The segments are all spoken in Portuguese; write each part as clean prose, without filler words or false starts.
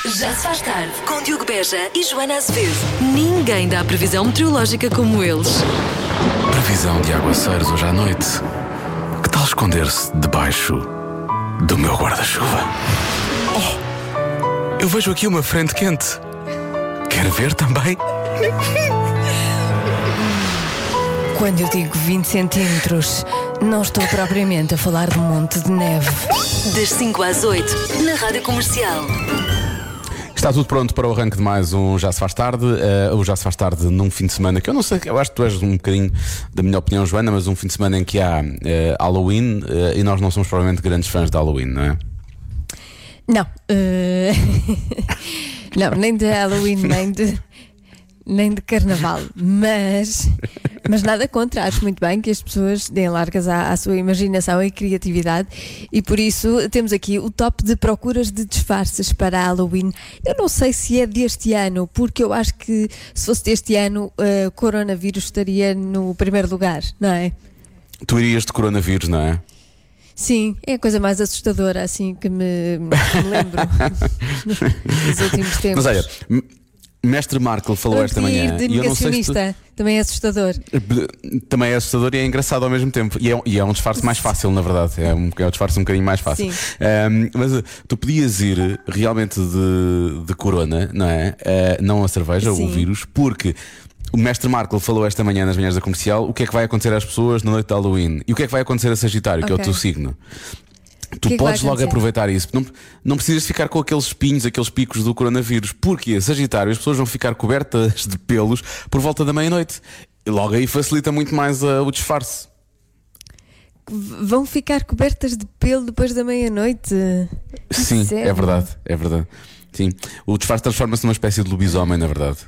Já se faz tarde com Diogo Beja e Joana Azevedo. Ninguém dá previsão meteorológica como eles. Previsão de aguaceiros hoje à noite. Que tal esconder-se debaixo do meu guarda-chuva? Oh, eu vejo aqui uma frente quente. Quer ver também? Quando eu digo 20 centímetros, não estou propriamente a falar de um monte de neve. Das 5 às 8, na Rádio Comercial. Está tudo pronto para o arranque de mais um Já se faz tarde. O Já se faz tarde num fim de semana que eu não sei, eu acho que tu és um bocadinho da minha opinião, Joana, mas um fim de semana em que há Halloween e nós não somos provavelmente grandes fãs de Halloween, não é? Não, não, nem de Halloween, nem de Carnaval, mas nada contra, acho muito bem que as pessoas deem largas à sua imaginação e criatividade, e por isso temos aqui o top de procuras de disfarces para Halloween. Eu não sei se é deste ano, porque eu acho que se fosse deste ano, o coronavírus estaria no primeiro lugar, não é? Tu irias de coronavírus, não é? Sim, é a coisa mais assustadora assim que me lembro nos últimos tempos. Mas olha, Mestre Markle falou esta manhã de negacionista, também é assustador. Também é assustador e é engraçado ao mesmo tempo. E é um disfarce mais fácil, na verdade. É um disfarce um bocadinho mais fácil. Mas tu podias ir realmente de corona, não é? Não a cerveja, Sim. o vírus, porque o Mestre Markle falou esta manhã nas manhãs da Comercial o que é que vai acontecer às pessoas na noite de Halloween. E o que é que vai acontecer a Sagitário, que é o teu signo. Tu podes logo aproveitar isso. Não precisas ficar com aqueles espinhos, aqueles picos do coronavírus, porque Sagitário, as pessoas vão ficar cobertas de pelos por volta da meia-noite. E logo aí facilita muito mais o disfarce. Vão ficar cobertas de pelo depois da meia-noite? Sim, Sério? é verdade, é verdade. Sim. O disfarce transforma-se numa espécie de lobisomem, na verdade.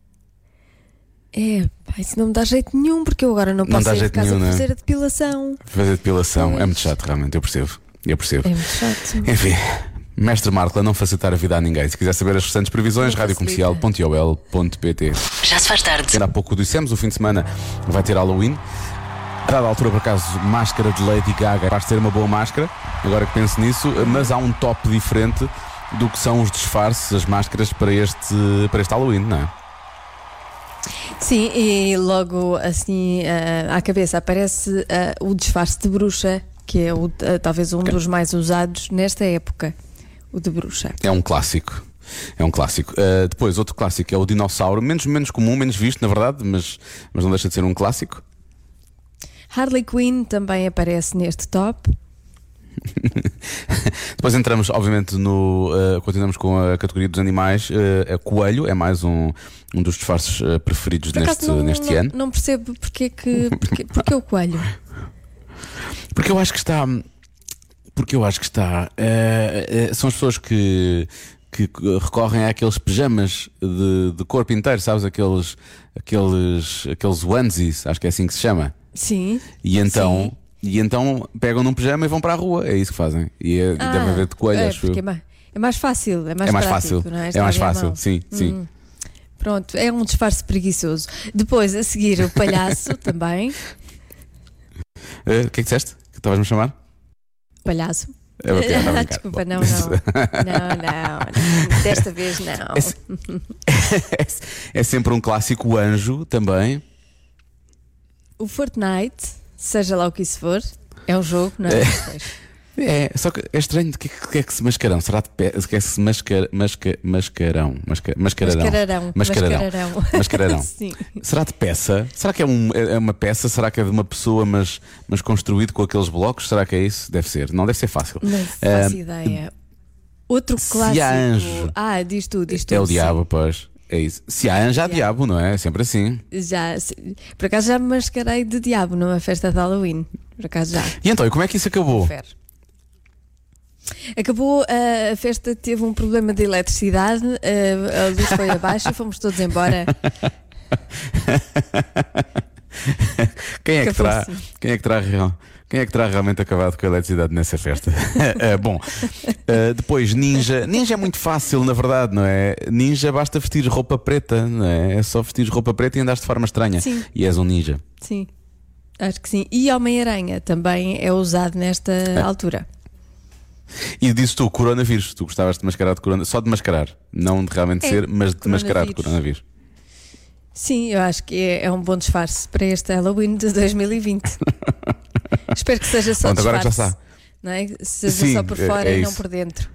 Isso não me dá jeito nenhum, porque eu agora não posso sair de casa para fazer a depilação. Fazer depilação é muito chato, realmente, eu percebo. É muito chato. Enfim, Mestre Markle, a não facilitar a vida a ninguém. Se quiser saber as restantes previsões, radiocomercial.ol.pt. Já se faz tarde. Ainda há pouco dissemos, o fim de semana vai ter Halloween. A dada altura, por acaso, máscara de Lady Gaga vai ser uma boa máscara, agora que penso nisso, mas há um top diferente do que são os disfarces, as máscaras para este Halloween, não é? Sim, e logo assim à cabeça aparece o disfarce de bruxa, que é talvez um dos mais usados nesta época, o de bruxa. É um clássico. Depois, outro clássico é o dinossauro, menos comum, menos visto, na verdade, mas não deixa de ser um clássico. Harley Quinn também aparece neste top. Depois entramos, obviamente, continuamos com a categoria dos animais. Coelho é mais um dos disfarces preferidos neste ano. Não percebo porque o coelho. Porque eu acho que está. São as pessoas que recorrem àqueles pijamas de corpo inteiro, sabes? Aqueles onesies, acho que é assim que se chama. Sim. E então pegam num pijama e vão para a rua. É isso que fazem. E deve haver de coelho, acho eu. É mais fácil, é mais prático, fácil. Não é? É mais fácil, sim. Pronto, é um disfarce preguiçoso. Depois, a seguir, o palhaço também. O que é que disseste? Que estavas-me a chamar? Palhaço. Desculpa, não. Desta vez não. É sempre um clássico, o anjo também. O Fortnite, seja lá o que isso for, é um jogo, não é? Só que é estranho. De que é que se mascarão? Será de pé? Que é que se mascarão? Mascararão. Sim. Será de peça? Será que é uma peça? Será que é de uma pessoa, mas construído com aqueles blocos? Será que é isso? Deve ser. Não deve ser fácil. Não faço ideia. Outro clássico. Se há anjo. Diz tu. É o diabo, pois. É isso. Se há anjo, há diabo, não é? É sempre assim. Por acaso já me mascarei de diabo numa festa de Halloween. Por acaso já. E então, como é que isso acabou? Acabou, a festa teve um problema de eletricidade, a luz foi abaixo e fomos todos embora. Quem é que terá realmente acabado com a eletricidade nessa festa? Bom, depois Ninja é muito fácil, na verdade, não é? Ninja basta vestir roupa preta, não é? É só vestir roupa preta e andares de forma estranha. Sim. E és um ninja. Sim, acho que sim. E Homem-Aranha também é usado nesta altura. E dizes tu, coronavírus. Tu gostavas de mascarar de coronavírus. Só de mascarar. Não de realmente ser, mas de mascarar de coronavírus. Sim, eu acho que é um bom disfarce para este Halloween de 2020. Espero que seja só Pronto, disfarce. agora já está. Não é? Seja Sim, só por fora e não isso. por dentro.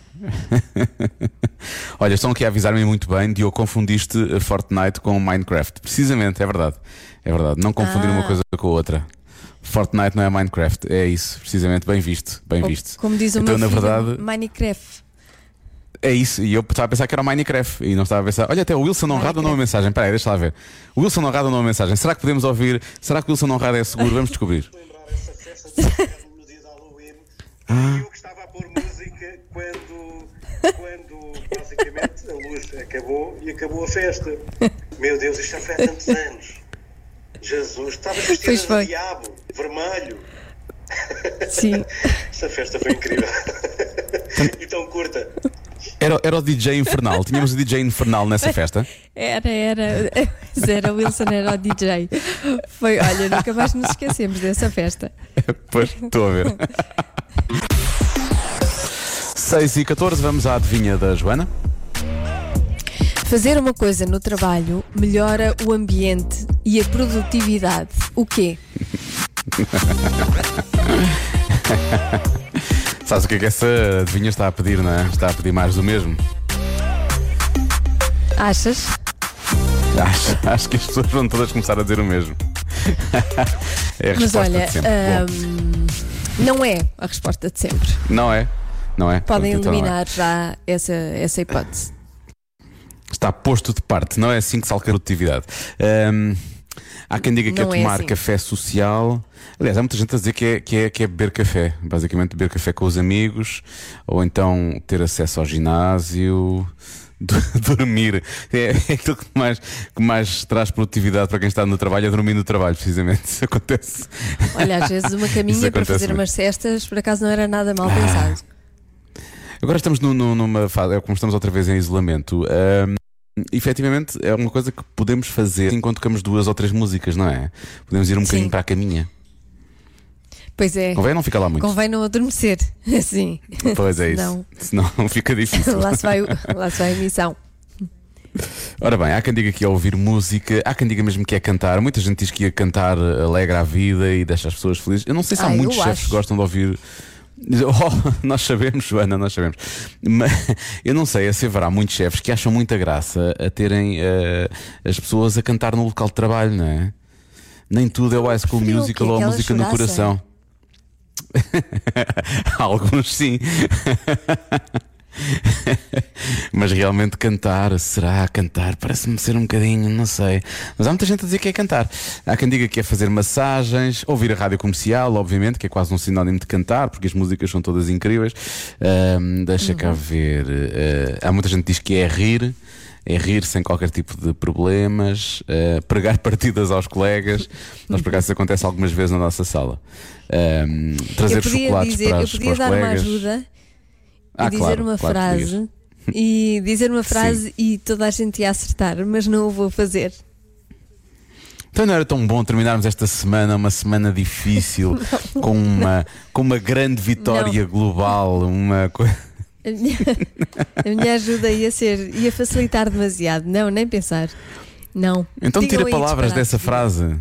Olha, estão aqui a avisar-me muito bem. Diogo, confundiste Fortnite com Minecraft. Precisamente, é verdade. É verdade. Não confundir uma coisa com a outra. Fortnite não é Minecraft. É isso, precisamente. Bem visto. Bem visto. Como diz o então, meu filho, na verdade, Minecraft. é isso. E eu estava a pensar que era o Minecraft. E não estava a pensar. Olha, até o Wilson Honrado mandou uma mensagem. Espera aí, deixa lá ver. O Wilson Honrado mandou uma mensagem. Será que podemos ouvir? Será que o Wilson Honrado é seguro? Vamos descobrir. Lembrar essa festa de no dia de Halloween. E eu que estava a pôr música quando basicamente a luz acabou e acabou a festa. Meu Deus, isto já foi há tantos anos. Jesus, estavas vestida de diabo, vermelho. Sim. Esta festa foi incrível. E tão curta. Era o DJ Infernal. Tínhamos o DJ Infernal nessa festa. Era o Wilson, era o DJ. Foi, olha, nunca mais nos esquecemos dessa festa. Pois, estou a ver. 6h14, vamos à adivinha da Joana. Fazer uma coisa no trabalho melhora o ambiente e a produtividade. O quê? Sabes o que é que essa adivinha está a pedir, não é? Está a pedir mais do mesmo. Achas? Acho que as pessoas vão todas começar a dizer o mesmo. É a Mas resposta olha, de sempre. não é a resposta de sempre. Não é? Não é? Podem Então não é. eliminar já essa hipótese. Está posto de parte, não é assim que se alcança a produtividade. Há quem diga que Não é é tomar assim. café social. Aliás, há muita gente a dizer que é beber café. Basicamente, beber café com os amigos, ou então ter acesso ao ginásio, dormir. É aquilo que mais traz produtividade para quem está no trabalho, é dormir no trabalho, precisamente. Isso acontece. Olha, às vezes uma caminha para fazer muito. umas cestas, por acaso não era nada mal pensado. Agora estamos numa fase, como estamos outra vez em isolamento. Efetivamente é uma coisa que podemos fazer enquanto tocamos 2 ou 3 músicas, não é? Podemos ir um bocadinho Sim. para a caminha. Pois é. Convém não ficar lá muito. Convém não adormecer. Sim. Pois é isso. Senão- Senão fica difícil. lá se vai a emissão. Ora bem, há quem diga que é ouvir música, há quem diga mesmo que é cantar. Muita gente diz que ia cantar alegra a vida e deixa as pessoas felizes. Eu não sei se há muitos eu chefes que acho. gostam de ouvir. Nós sabemos, Joana, nós sabemos. Mas eu não sei, se haverá muitos chefes que acham muita graça a terem as pessoas a cantar no local de trabalho, não é? Nem tudo é o High School prefiro o Musical quê? ou a Aquela música no choraça? coração. Alguns sim. Mas realmente cantar, será cantar? Parece-me ser um bocadinho, não sei. Mas há muita gente a dizer que é cantar. Há quem diga que é fazer massagens, ouvir a rádio comercial, obviamente, que é quase um sinónimo de cantar, porque as músicas são todas incríveis. Deixa cá ver. Há muita gente que diz que é rir. É rir sem qualquer tipo de problemas, pregar partidas aos colegas. Nós, por acaso, isso acontece algumas vezes na nossa sala. Trazer chocolates para os eu podia dar uma colegas. ajuda e dizer claro, uma claro que frase podias. e dizer uma frase e toda a gente ia acertar, mas não o vou fazer. Então não era tão bom terminarmos esta semana, uma semana difícil, com uma grande vitória global, uma coisa. A minha ajuda ia facilitar demasiado. Não, nem pensar. Não. Então Digam tira aí palavras disparate. dessa frase.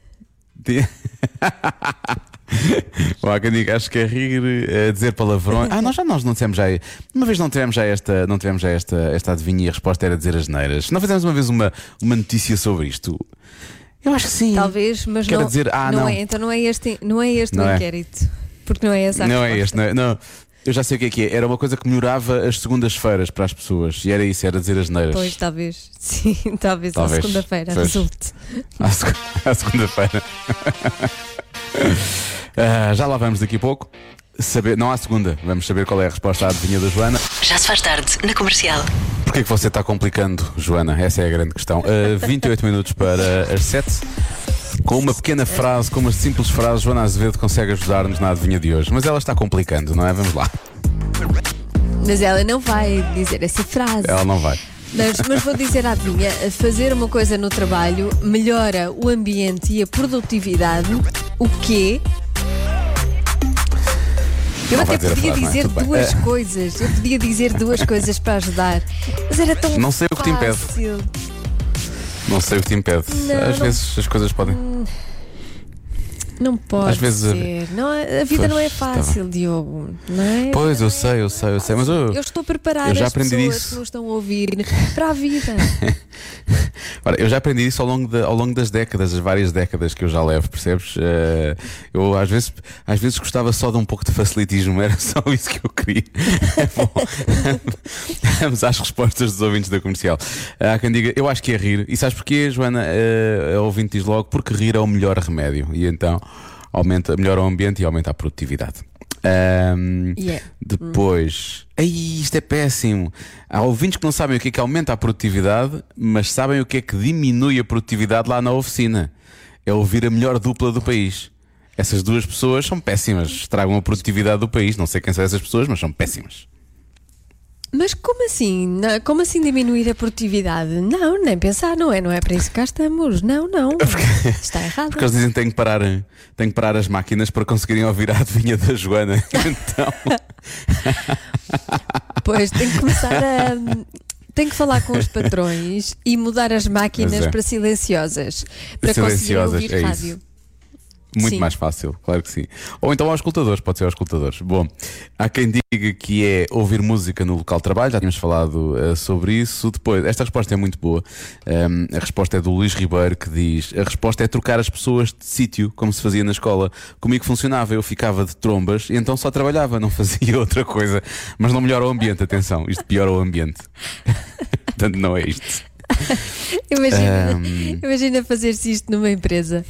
Há quem diga, acho que é rir, dizer palavrões. Nós não tivemos já. Uma vez não tivemos já esta adivinha e a resposta era dizer asneiras. Não fizemos uma vez uma notícia sobre isto. Eu acho que sim. Talvez, mas Quero não. dizer, não. É. Então não é este Não o é. inquérito. Porque não é essa a Não resposta. é este, não é. Não. Eu já sei o que é. Era uma coisa que melhorava as segundas-feiras para as pessoas. E era isso, era dizer asneiras. Pois, talvez. Sim, talvez à Talvez. segunda-feira Pois. resulte. À segunda-feira. Já lá vamos daqui a pouco. Não há segunda. Vamos saber qual é a resposta à adivinha da Joana. Já se faz tarde na Comercial. Porquê é que você está complicando, Joana? Essa é a grande questão. 28 minutos para as 7. Com uma pequena frase, com uma simples frase, Joana Azevedo consegue ajudar-nos na adivinha de hoje. Mas ela está complicando, não é? Vamos lá. Mas ela não vai dizer essa frase. Ela não vai. Mas vou dizer à adivinha: fazer uma coisa no trabalho melhora o ambiente e a produtividade. O quê? Eu Não vai até dizer a podia frase, não é? dizer Tudo bem. duas coisas. Eu podia dizer duas coisas para ajudar. Mas era tão Não sei o que te impede. fácil. Não sei o que te impede. Não, Às não- vezes as coisas podem. Não pode Às vezes- ser. Não, a vida não é Pois, tá fácil, Diogo. Não é? Pois, eu sei, mas Eu estou a preparar eu já as aprendi pessoas isso. que nos estão a ouvir para a vida. Ora, eu já aprendi isso ao longo das décadas, das várias décadas que eu já levo, percebes? Eu às vezes gostava só de um pouco de facilitismo, era só isso que eu queria. Bom, vamos às respostas dos ouvintes da comercial. Há quem diga, eu acho que é rir. E sabes porquê, Joana? A ouvinte diz logo, porque rir é o melhor remédio. E então melhora o ambiente e aumenta a produtividade. Depois, isto é péssimo. Há ouvintes que não sabem o que é que aumenta a produtividade, mas sabem o que é que diminui a produtividade lá na oficina. É ouvir a melhor dupla do país. Essas duas pessoas são péssimas, estragam a produtividade do país. Não sei quem são essas pessoas, mas são péssimas. Mas como assim? Como assim diminuir a produtividade? Não, nem pensar, não é? Não é para isso que cá estamos. Não. Está errado. Porque eles dizem que têm que parar as máquinas para conseguirem ouvir a adivinha da Joana. Então, Pois tem que começar a. Tem que falar com os patrões e mudar as máquinas Pois é. para silenciosas. Para conseguir Silenciosas, ouvir é rádio. isso. Muito Sim. mais fácil, claro que sim. Ou então aos escutadores, pode ser aos escutadores. Bom, há quem diga que é ouvir música no local de trabalho, já tínhamos falado sobre isso. Depois, esta resposta é muito boa. A resposta é do Luís Ribeiro, que diz: a resposta é trocar as pessoas de sítio, como se fazia na escola. Comigo funcionava, eu ficava de trombas e então só trabalhava, não fazia outra coisa. Mas não melhora o ambiente, atenção, isto piora o ambiente. Portanto, não é isto. Imagina fazer-se isto numa empresa.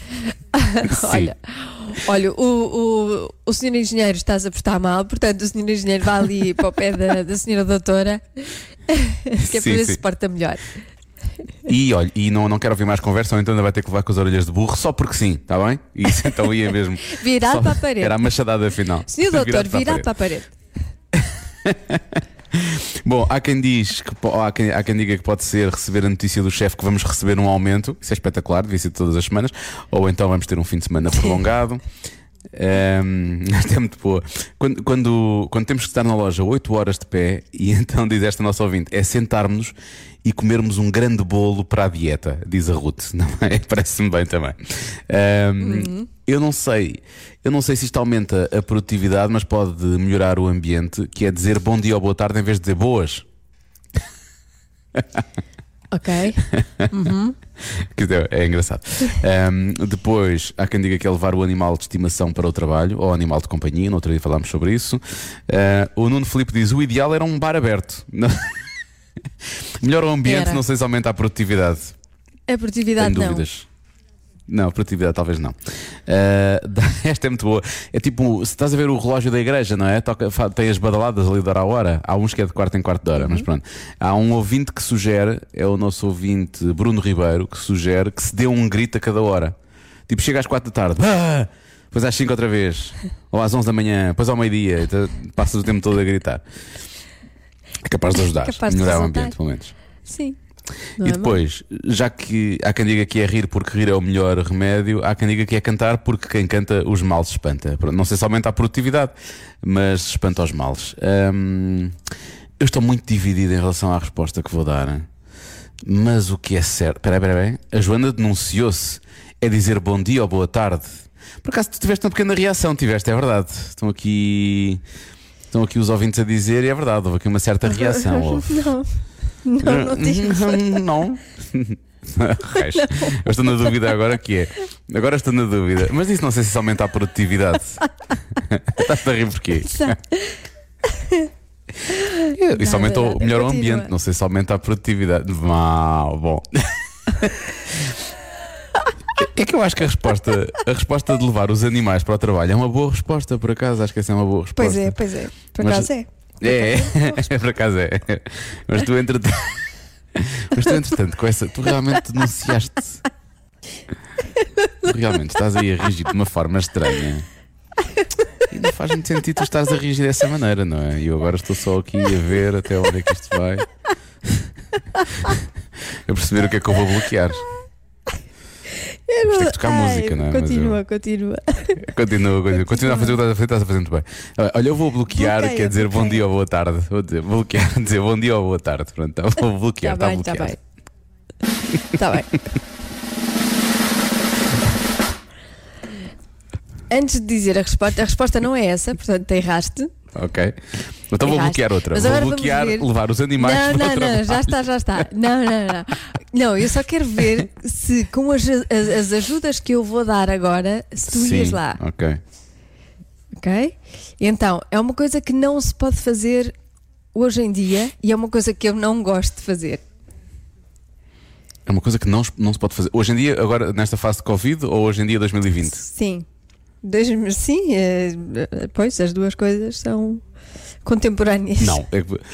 Olha, o senhor engenheiro está-se a portar mal, portanto o senhor engenheiro vai ali para o pé da senhora doutora, que é para ver se se porta melhor. E olha, não quero ouvir mais conversa, ou então ainda vai ter que levar com as orelhas de burro, só porque sim, está bem? E isso então ia mesmo. Virar para a parede. Era a machadada final. Senhor doutor, virar para a parede. Bom, há quem diga que pode ser receber a notícia do chefe que vamos receber um aumento. Isso é espetacular, devia ser todas as semanas. Ou então vamos ter um fim de semana prolongado. Esta é muito boa. Quando temos que estar na loja 8 horas de pé, e então diz esta nossa ouvinte, é sentarmos e comermos um grande bolo para a dieta, diz a Ruth. Não é? Parece-me bem também. Eu não sei se isto aumenta a produtividade, mas pode melhorar o ambiente, que é dizer bom dia ou boa tarde em vez de dizer boas. Ok. Que é engraçado. Depois há quem diga que é levar o animal de estimação para o trabalho, ou animal de companhia. No outro dia falámos sobre isso. O Nuno Filipe diz: o ideal era um bar aberto. Melhora o ambiente, Era. não sei se aumenta a produtividade. A produtividade Tenho não. dúvidas. Não, a produtividade talvez não. Esta é muito boa. É tipo, se estás a ver o relógio da igreja, não é? Tem as badaladas ali de hora a hora. Há uns que é de quarto em quarto de hora, mas pronto. Há um ouvinte que sugere, é o nosso ouvinte Bruno Ribeiro, que sugere que se dê um grito a cada hora. Tipo, chega às 4 da tarde, depois às 5 outra vez, ou às 11 da manhã, depois ao meio-dia, então passas o tempo todo a gritar. É capaz de ajudar, Capaz de melhorar o resultar. ambiente, pelo menos. Sim. Não E é depois, já que há quem diga que é rir porque rir é o melhor remédio, há quem diga que é cantar porque quem canta os males espanta. Pronto, não sei se aumenta a produtividade, mas espanta os males. Eu estou muito dividido em relação à resposta que vou dar. Mas o que é certo... Espera aí. A Joana denunciou-se. É dizer bom dia ou boa tarde. Por acaso tu tiveste uma pequena reação, tiveste, é verdade. Estão aqui os ouvintes a dizer, e é verdade, houve aqui uma certa reação. Houve. Não tive. Não. Reis. Eu estou na dúvida agora que é. Agora estou na dúvida. Mas isso não sei se isso aumenta a produtividade. Estás a rir porquê? Isso aumenta o melhor o ambiente. Não sei se aumenta a produtividade. Bom. É que eu acho que a resposta de levar os animais para o trabalho é uma boa resposta, por acaso. Acho que essa é uma boa resposta. Pois é. Por acaso é. Por acaso é. Mas tu entretanto com essa, tu realmente denunciaste. Tu realmente estás aí a reagir de uma forma estranha. E não faz muito sentido tu estares a reagir dessa maneira, não é? E eu agora estou só aqui a ver até onde é que isto vai. A perceber o que é que eu vou bloquear. Isto tem que tocar música, não é? Continua. Continua a fazer o que estás a fazer muito bem. Olha, eu vou bloquear, quer dizer bom dia ou boa tarde. Vou dizer bom dia ou boa tarde. Pronto, vou bloquear. Está bem. Está bem. Antes de dizer a resposta não é essa, portanto te erraste. Ok. Então vou bloquear outra. Mas vou bloquear, levar os animais para o trabalho. Não, já está. Não, eu só quero ver se com as ajudas que eu vou dar agora, se tu ias lá. Ok? Então, é uma coisa que não se pode fazer hoje em dia e é uma coisa que eu não gosto de fazer. É uma coisa que não se pode fazer. Hoje em dia, agora nesta fase de Covid ou hoje em dia 2020? Sim. Pois, as duas coisas são contemporâneas. Não,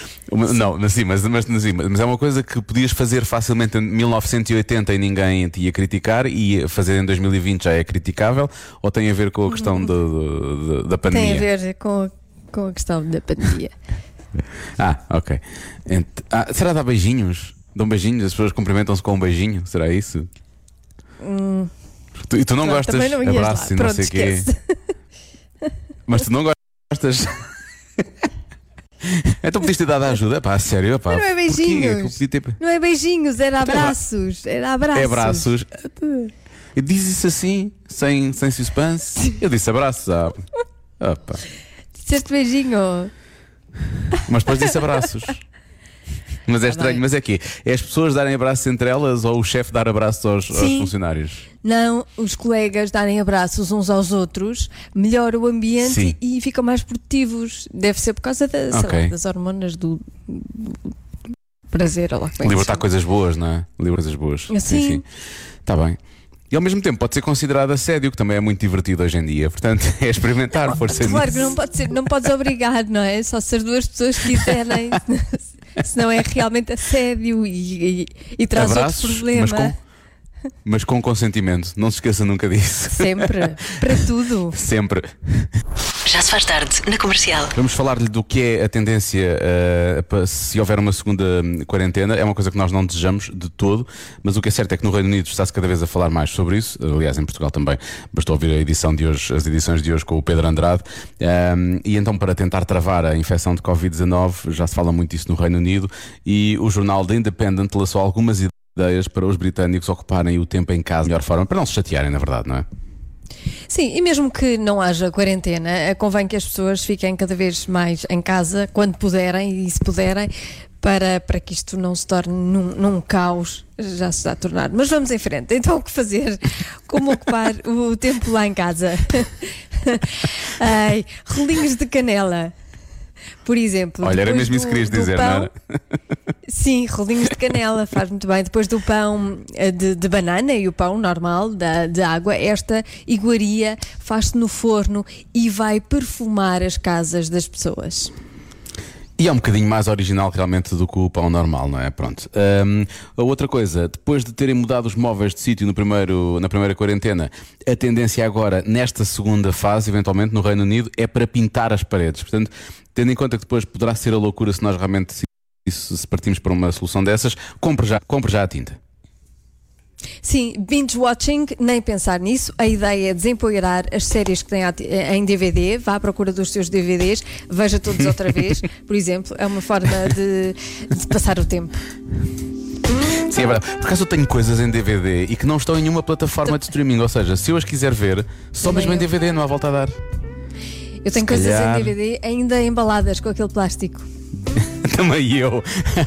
mas é uma coisa que podias fazer facilmente em 1980 e ninguém te ia criticar, e fazer em 2020 já é criticável, ou tem a ver com a questão da pandemia? Tem a ver com a questão da pandemia. Ok. Será dar beijinhos? Dão beijinhos? As pessoas cumprimentam-se com um beijinho? Será isso? E tu não gostas de abraços e não sei o quê. Mas tu não gostas. Então podias ter dado a ajuda? Sério? Não é beijinhos. Não é beijinhos, era abraços. É abraços. E diz isso assim, sem suspense. Eu disse abraços. Disseste beijinho. Mas depois disse abraços. Mas é estranho, mas é que é as pessoas darem abraços entre elas ou o chefe dar abraços aos funcionários? Não, os colegas darem abraços uns aos outros melhora o ambiente e ficam mais produtivos. Deve ser por causa das hormonas do prazer. Libertar coisas boas, não é? Libertar coisas boas. Sim. Está bem. E ao mesmo tempo pode ser considerado assédio, que também é muito divertido hoje em dia. Portanto, é experimentar, força nisso. Claro que não podes obrigar, não é? Só se as duas pessoas quiserem. Senão é realmente assédio e traz abraços, outro problema. Mas com consentimento. Não se esqueça nunca disso. Sempre. Para tudo. Sempre. Já se faz tarde na Comercial. Vamos falar-lhe do que é a tendência se houver uma segunda quarentena. É uma coisa que nós não desejamos de todo, mas o que é certo é que no Reino Unido está-se cada vez a falar mais sobre isso. Aliás, em Portugal também. Bastou ouvir as edições de hoje com o Pedro Andrade. E então, para tentar travar a infecção de Covid-19, já se fala muito disso no Reino Unido, e o jornal The Independent lançou algumas ideias para os britânicos ocuparem o tempo em casa de melhor forma, para não se chatearem, na verdade, não é? Sim, e mesmo que não haja quarentena, convém que as pessoas fiquem cada vez mais em casa, quando puderem e se puderem, para que isto não se torne num caos. Já se está a tornar. Mas vamos em frente. Então, o que fazer? Como ocupar o tempo lá em casa? Rolinhos de canela, por exemplo. Olha, era mesmo isso que querias dizer, pão, não era? Sim, rolinhos de canela, faz muito bem. Depois do pão de banana e o pão normal de água, esta iguaria faz-se no forno e vai perfumar as casas das pessoas. E é um bocadinho mais original realmente do que o pão normal, não é? Pronto. A outra coisa, depois de terem mudado os móveis de sítio na primeira quarentena, a tendência agora, nesta segunda fase, eventualmente no Reino Unido, é para pintar as paredes. Portanto, tendo em conta que depois poderá ser a loucura se nós realmente se partimos para uma solução dessas, compre já a tinta. Sim, binge watching, nem pensar nisso. A ideia é desempoeirar as séries que tem em DVD. Vá à procura dos seus DVDs, veja todos outra vez. Por exemplo, é uma forma de passar o tempo. Sim, é verdade. Por acaso eu tenho coisas em DVD e que não estão em nenhuma plataforma de streaming. Ou seja, se eu as quiser ver, só mesmo em DVD, não há volta a dar. Eu tenho coisas em DVD ainda embaladas com aquele plástico. Também eu.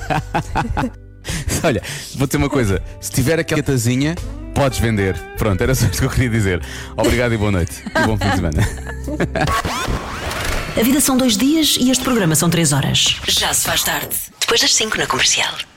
Olha, vou dizer uma coisa: se tiver aquela tazinha, podes vender. Pronto, era só isto que eu queria dizer. Obrigado e boa noite. E bom fim de semana. A vida são 2 dias e este programa são 3 horas. Já se faz tarde. Depois das 5 na Comercial.